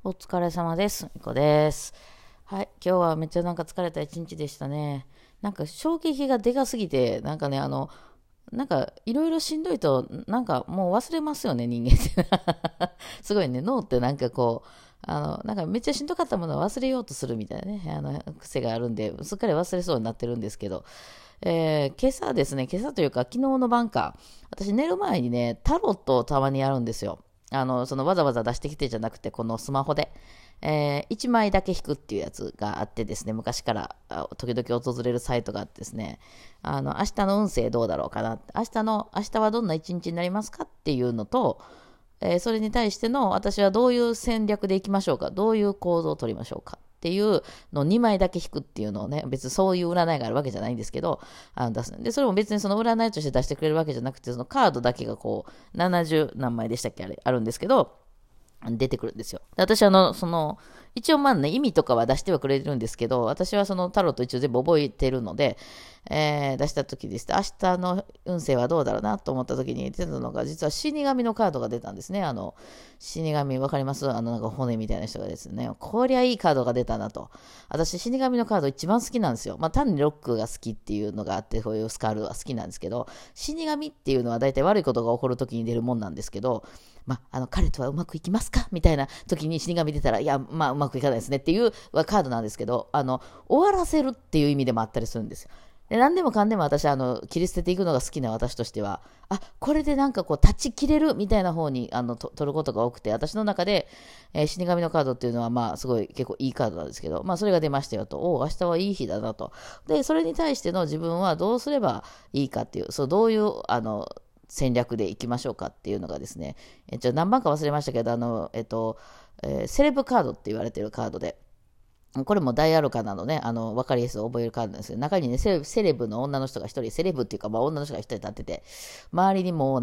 お疲れ様です。みこです。はい、今日はめっちゃ疲れた一日でしたね。衝撃がでかすぎて、いろいろしんどいと、もう忘れますよね、人間って。すごいね、脳ってめっちゃしんどかったものを忘れようとするみたいなね、癖があるんで、すっかり忘れそうになってるんですけど、今朝ですね、今朝というか昨日の晩か、私寝る前にね、タロットをたまにやるんですよ。わざわざ出してきてじゃなくて、このスマホで、1枚だけ引くっていうやつがあってですね、昔から時々訪れるサイトがあってですね、明日の運勢どうだろうかな、明日はどんな一日になりますかっていうのと、それに対しての私はどういう戦略でいきましょうか、どういう行動を取りましょうかっていうのを2枚だけ引くっていうのをね、別にそういう占いがあるわけじゃないんですけど、出す。で、それも別にその占いとして出してくれるわけじゃなくて、そのカードだけがこう、70何枚でしたっけ、あるんですけど、出てくるんですよ。で私一応意味とかは出してはくれるんですけど、私はそのタロット一応全部覚えてるので、出した時ですね、明日の運勢はどうだろうなと思った時に出たのが、実は死神のカードが出たんですね。死神わかります？骨みたいな人がですね、こりゃいいカードが出たなと。私、死神のカード一番好きなんですよ。単にロックが好きっていうのがあって、こういうスカールは好きなんですけど、死神っていうのは大体悪いことが起こる時に出るもんなんですけど、彼とはうまくいきますかみたいな時に死神出たら、いや、うまくいかないですねっていうカードなんですけど、終わらせるっていう意味でもあったりするんですよ。で何でもかんでも私、切り捨てていくのが好きな私としては、これで断ち切れるみたいな方に、取ることが多くて、私の中で、死神のカードっていうのは、すごい結構いいカードなんですけど、それが出ましたよと、明日はいい日だなと。で、それに対しての自分はどうすればいいかっていう、どういう、戦略でいきましょうかっていうのがですね、何番か忘れましたけど、セレブカードって言われてるカードで、これも大アルカナのね、分かりやすい覚えるカードなんですけど、中にね、セレブの女の人が一人、セレブっていうか、女の人が一人立ってて、周りにも、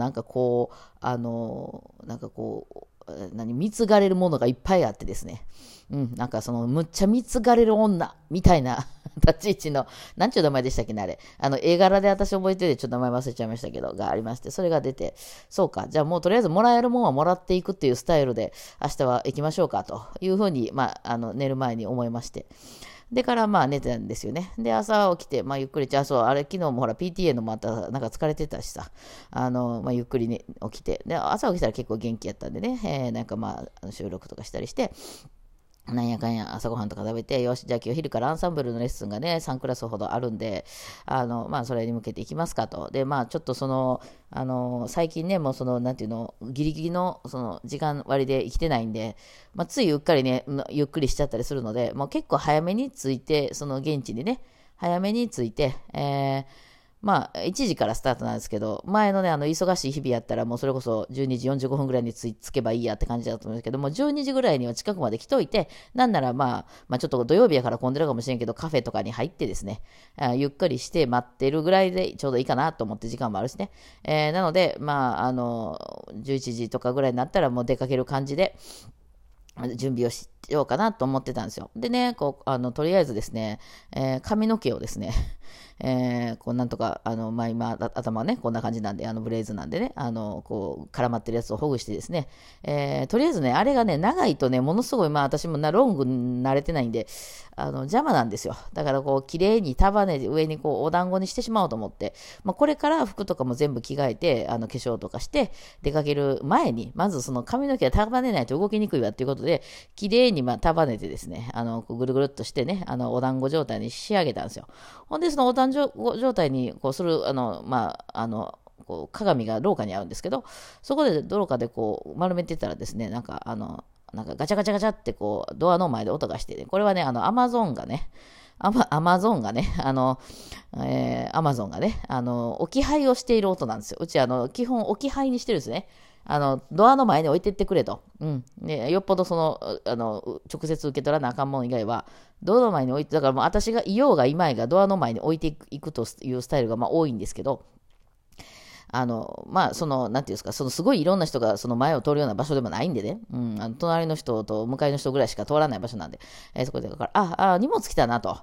貢がれるものがいっぱいあってですね、むっちゃ貢がれる女、みたいな立ち位置の、なんちゅう名前でしたっけね、あれ。絵柄で私覚えてて、ちょっと名前忘れちゃいましたけど、がありまして、それが出て、そうか、じゃあもうとりあえずもらえるもんはもらっていくっていうスタイルで、明日は行きましょうか、というふうに、寝る前に思いまして。でから寝てたんですよね。で、朝起きて、ゆっくり、あれ、昨日もほら、PTA のもあったら、疲れてたしさ、ゆっくり、ね、起きて、で、朝起きたら結構元気やったんでね、収録とかしたりして、なんやかんや朝ごはんとか食べて、よし、じゃあ今日昼からアンサンブルのレッスンがね、3クラスほどあるんで、それに向けていきますかと。で、ちょっと最近ね、もうなんていうの、ギリギリの、時間割で生きてないんで、ついうっかりね、ゆっくりしちゃったりするので、もう結構早めに着いて、現地にね、早めに着いて、1時からスタートなんですけど、前のね、忙しい日々やったら、もうそれこそ12時45分ぐらいに着けばいいやって感じだと思うんですけども、12時ぐらいには近くまで来といて、なんならちょっと土曜日やから混んでるかもしれんけど、カフェとかに入ってですね、ゆっくりして待ってるぐらいでちょうどいいかなと思って時間もあるしね。なので、11時とかぐらいになったらもう出かける感じで、準備をしようかなと思ってたんですよ。でね、とりあえずですね、髪の毛をですね、なんとか、今、頭はね、こんな感じなんで、ブレイズなんでね、絡まってるやつをほぐしてですね、とりあえずね、あれがね、長いとね、ものすごい、私もロング慣れてないんで、邪魔なんですよ。だから、綺麗に束ねて上にお団子にしてしまおうと思って、これから服とかも全部着替えて、化粧とかして、出かける前に、まずその髪の毛は束ねないと動きにくいわっていうことで、綺麗に束ねてですね、ぐるぐるっとしてね、お団子状態に仕上げたんですよ。ほんで、そのお団子状態にする、鏡が廊下にあるんですけど、そこで廊下で丸めてたらですね、ガチャガチャガチャってドアの前で音がしてね、これはね、アマゾンがね、アマゾンがね、アマゾンがね、置き配をしている音なんですよ。うち、基本置き配にしてるんですね。ドアの前に置いてってくれと。うん。で、よっぽど直接受け取らなあかんもん以外は、ドアの前に置いて、だからもう私がいようがいまいがドアの前に置いていくというスタイルが多いんですけど、なんていうんですか、すごいいろんな人がその前を通るような場所でもないんでね、隣の人と向かいの人ぐらいしか通らない場所なんで、そこで、だから、荷物来たなと。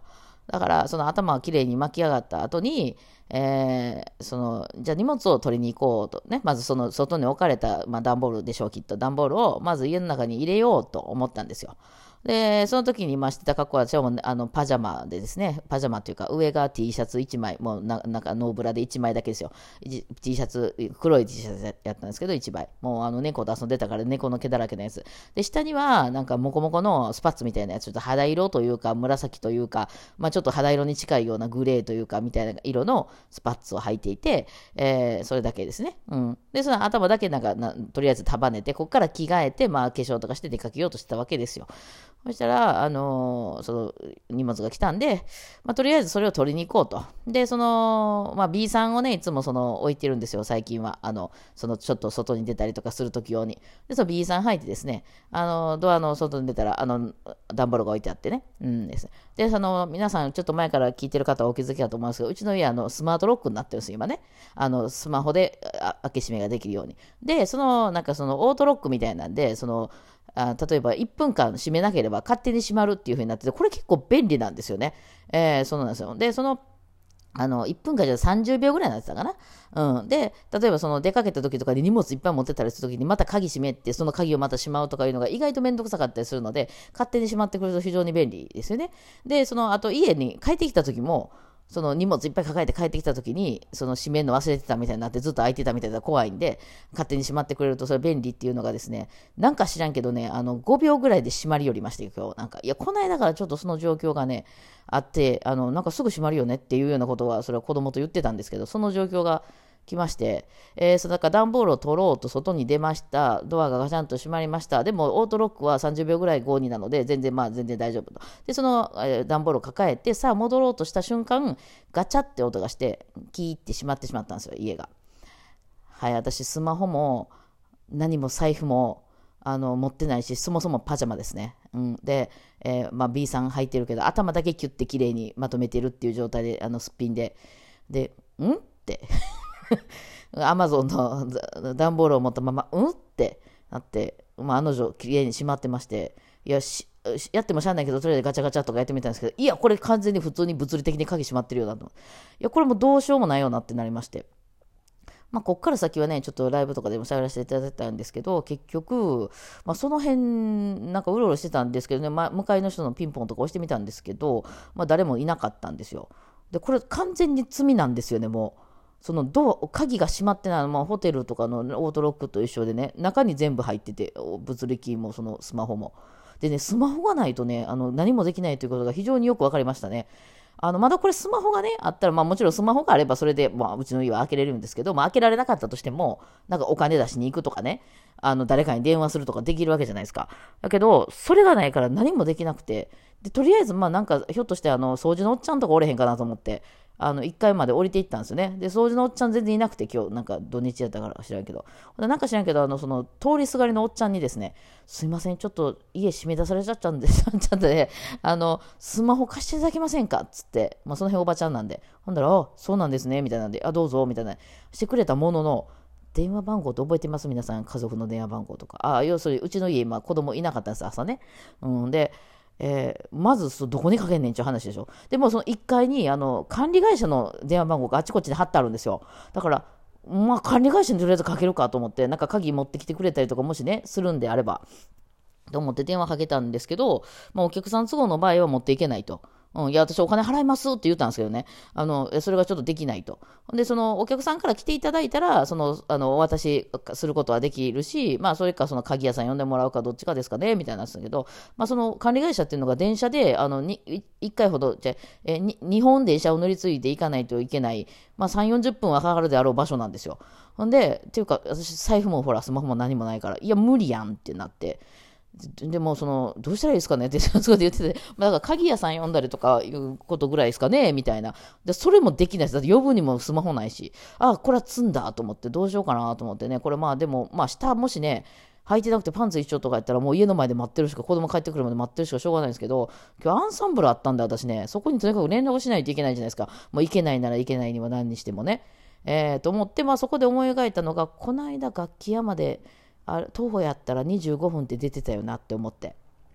だから、その頭がきれいに巻き上がった後に、じゃあ荷物を取りに行こうとね、まずその外に置かれた、まあ、段ボールでしょう、きっと。段ボールをまず家の中に入れようと思ったんですよ。で、その時にしてた格好は、私はもうパジャマでですね、パジャマというか、上が T シャツ1枚、もうなんかノーブラで1枚だけですよ。T シャツ、黒い T シャツやったんですけど、1枚。もう猫と遊んでたから猫の毛だらけのやつ。で、下には、なんかモコモコのスパッツみたいなやつ、ちょっと肌色というか、紫というか、まあちょっと肌色に近いようなグレーというか、みたいな色のスパッツを履いていて、それだけですね。うん。で、その頭だけとりあえず束ねて、ここから着替えて、まあ化粧とかして出かけようとしたわけですよ。そしたら、その荷物が来たんで、まあ、とりあえずそれを取りに行こうと。で、まあ、B さんをね、いつも置いてるんですよ、最近は。ちょっと外に出たりとかするとき用に。で、その B さん入ってですね、ドアの外に出たら、段ボールが置いてあってね。うんです。で、皆さん、ちょっと前から聞いてる方はお気づきだと思うんですけど、うちの家、スマートロックになってるんですよ、今ね。スマホで開け閉めができるように。で、なんかオートロックみたいなんで、例えば1分間閉めなければ勝手に閉まるっていう風になってて、これ結構便利なんですよね。そうなんですよ。で、1分間じゃ30秒ぐらいになってたかな。うん。で、例えば出かけた時とかに荷物いっぱい持ってたりする時にまた鍵閉めて、その鍵をまたしまうとかいうのが意外とめんどくさかったりするので、勝手に閉まってくると非常に便利ですよね。で、あと家に帰ってきた時も、その荷物いっぱい抱えて帰ってきた時に、閉めるの忘れてたみたいになってずっと開いてたみたいな怖いんで、勝手に閉まってくれるとそれ便利っていうのがですね、なんか知らんけどね、5秒ぐらいで閉まりよりまして、今日。なんか、いや、この間からちょっとその状況がね、あって、なんかすぐ閉まるよねっていうようなことは、それは子供と言ってたんですけど、その状況が来まして、だから段ボールを取ろうと外に出ました。ドアがガチャンと閉まりました。でも、オートロックは30秒ぐらい後になので、全然大丈夫と。で、段ボールを抱えて、さあ戻ろうとした瞬間、ガチャって音がして、キーって閉まってしまったんですよ、家が。はい、私、スマホも、何も財布も、持ってないし、そもそもパジャマですね。うん、で、まあ、B さん履いてるけど、頭だけキュッて綺麗にまとめてるっていう状態で、すっぴんで。で、って。アマゾンの段ボールを持ったまま、ってなって、まあ、案の定、綺麗に閉まってまして、やってもしゃあないけど、とりあえずガチャガチャとかやってみたんですけど、いや、これ完全に普通に物理的に鍵閉まってるようだと。いや、これもどうしようもないよなってなりまして。まあ、こっから先はね、ちょっとライブとかでも喋らせていただいたんですけど、結局、まあ、その辺、なんかうろうろしてたんですけどね、まあ、向かいの人のピンポンとか押してみたんですけど、まあ、誰もいなかったんですよ。で、これ完全に罪なんですよね、もう。鍵が閉まってない、まあ、ホテルとかのオートロックと一緒でね、中に全部入ってて、物理キーもスマホも。でね、スマホがないとね、何もできないということが非常によく分かりましたね。まだこれスマホがね、あったら、まあもちろんスマホがあればそれで、まあうちの家は開けれるんですけど、まあ開けられなかったとしても、なんかお金出しに行くとかね、誰かに電話するとかできるわけじゃないですか。だけど、それがないから何もできなくて、で、とりあえず、まあなんか、ひょっとして掃除のおっちゃんとかおれへんかなと思って、1階まで降りていったんですよね。で、掃除のおっちゃん全然いなくて、今日、なんか土日やったから知らんけど。なんか知らんけど、通りすがりのおっちゃんにですね、すいません、ちょっと家閉め出されちゃったんで、ちゃんとね、スマホ貸していただけませんかっつって、まあその辺おばちゃんなんで、ほんだら、あ、そうなんですね、みたいなんで、あ、どうぞ、みたいな、してくれたものの、電話番号って覚えてます皆さん、家族の電話番号とか。あ、要するに、うちの家、今、子供いなかったんです、朝ね。うん、で、まずどこにかけんねんっていう話でしょ。でもその1階に管理会社の電話番号があちこちで貼ってあるんですよ。だから、まあ管理会社にとりあえずかけるかと思って、なんか鍵持ってきてくれたりとかもしね、するんであれば、と思って電話かけたんですけど、まあお客さん都合の場合は持っていけないと。うん、いや、私お金払いますって言ったんですけどね。それがちょっとできないと。で、お客さんから来ていただいたら、お渡しすることはできるし、まあ、それか、鍵屋さん呼んでもらうかどっちかですかね、みたいなんですけど、まあ、管理会社っていうのが電車で、1回ほど、2本電車を乗り継いでいかないといけない、まあ、3、40分はかかるであろう場所なんですよ。ほんで、っていうか、私、財布もほら、スマホも何もないから、いや、無理やんってなって、でもどうしたらいいですかねってそこで言ってて、だから鍵屋さん呼んだりとかいうことぐらいですかねみたいな。で、それもできないです。だって呼ぶにもスマホないし、あ、これは積んだと思って、どうしようかなと思ってね、これまあでも、まあ下もしね、履いてなくてパンツ一緒とかやったらもう家の前で待ってるしか、子供帰ってくるまで待ってるしかしょうがないんですけど、今日アンサンブルあったんで私ね、そこにとにかく連絡しないといけないじゃないですか。もう行けないなら行けないには何にしてもね。と思って、まあそこで思い描いたのが、この間楽器屋まで、徒歩やったら25分って出てたよなって思って。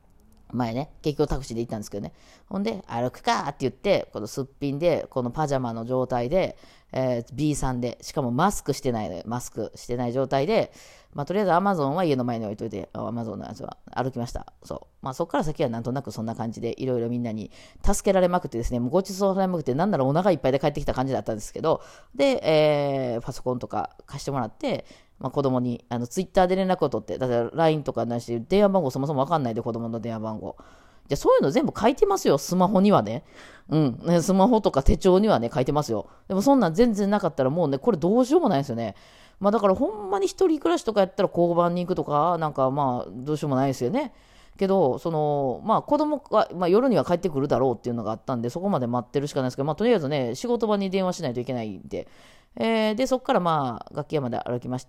前ね、結局タクシーで行ったんですけどね。ほんで、歩くかって言って、このすっぴんで、このパジャマの状態で、B さんで、しかもマスクしてない、マスクしてない状態で、まあ、とりあえずアマゾンは家の前に置いといて、アマゾンのやつは歩きました。そう。まあ、そこから先はなんとなくそんな感じで、いろいろみんなに助けられまくってですね、もうごちそうされまくって、なんならお腹いっぱいで帰ってきた感じだったんですけど、で、パソコンとか貸してもらって、まあ、子供にツイッターで連絡を取って、だから LINE とかなし、電話番号そもそもわかんないで、子供の電話番号。じゃそういうの全部書いてますよ、スマホにはね。うん。ね、スマホとか手帳にはね、書いてますよ。でもそんなん全然なかったらもうね、これどうしようもないですよね。まあだからほんまに一人暮らしとかやったら交番に行くとか、なんかまあどうしようもないですよね。けど、まあ子供が、まあ、夜には帰ってくるだろうっていうのがあったんで、そこまで待ってるしかないですけど、まあとりあえずね、仕事場に電話しないといけないんで、で、そこからまあ楽屋まで歩きまして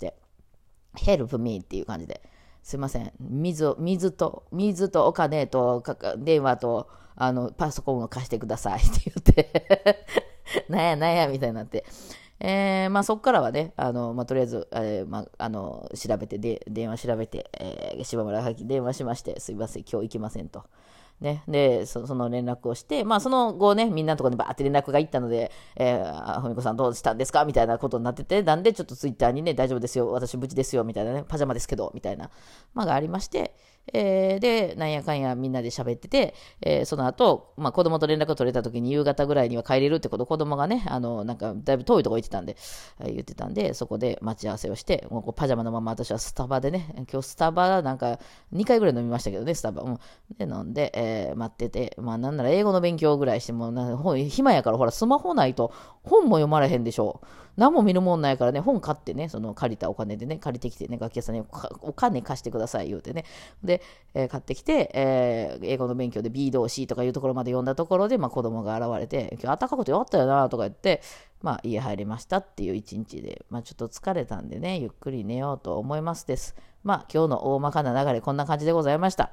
、Help me っていう感じで、すいません、水とお金と電話とパソコンを貸してくださいって言ってなんやみたいになって、まあ、そこからはね、まあ、とりあえず、まあ、調べて電話調べて、柴村はき電話しまして、すいません、今日行きませんと。ね、でその連絡をして、まあ、その後ね、みんなのところにバーって連絡がいったので、ふみこさんどうしたんですかみたいなことになってて、なんでちょっとツイッターにね、大丈夫ですよ、私無事ですよ、みたいなね、パジャマですけど、みたいな、まあ、がありまして、で、なんやかんやみんなで喋ってて、その後、まあ、子供と連絡取れた時に夕方ぐらいには帰れるってこと、子供がね、なんかだいぶ遠いとこ行ってたんで、言ってたんで、そこで待ち合わせをして、もうこうパジャマのまま私はスタバでね、今日スタバなんか2回ぐらい飲みましたけどね、スタバ。うん、で、飲んで、待ってて、まあなんなら英語の勉強ぐらいしても、暇やからほらスマホないと本も読まれへんでしょ。何も見るもんないからね、本買ってね、その借りたお金でね、借りてきてね、楽器屋さんにお金貸してください言うてね。で、買ってきて、英語の勉強で B 動 C とかいうところまで読んだところで、まあ子供が現れて、今日暖かくてよかったよなとか言って、まあ家入りましたっていう一日で、まあちょっと疲れたんでね、ゆっくり寝ようと思いますです。まあ今日の大まかな流れこんな感じでございました。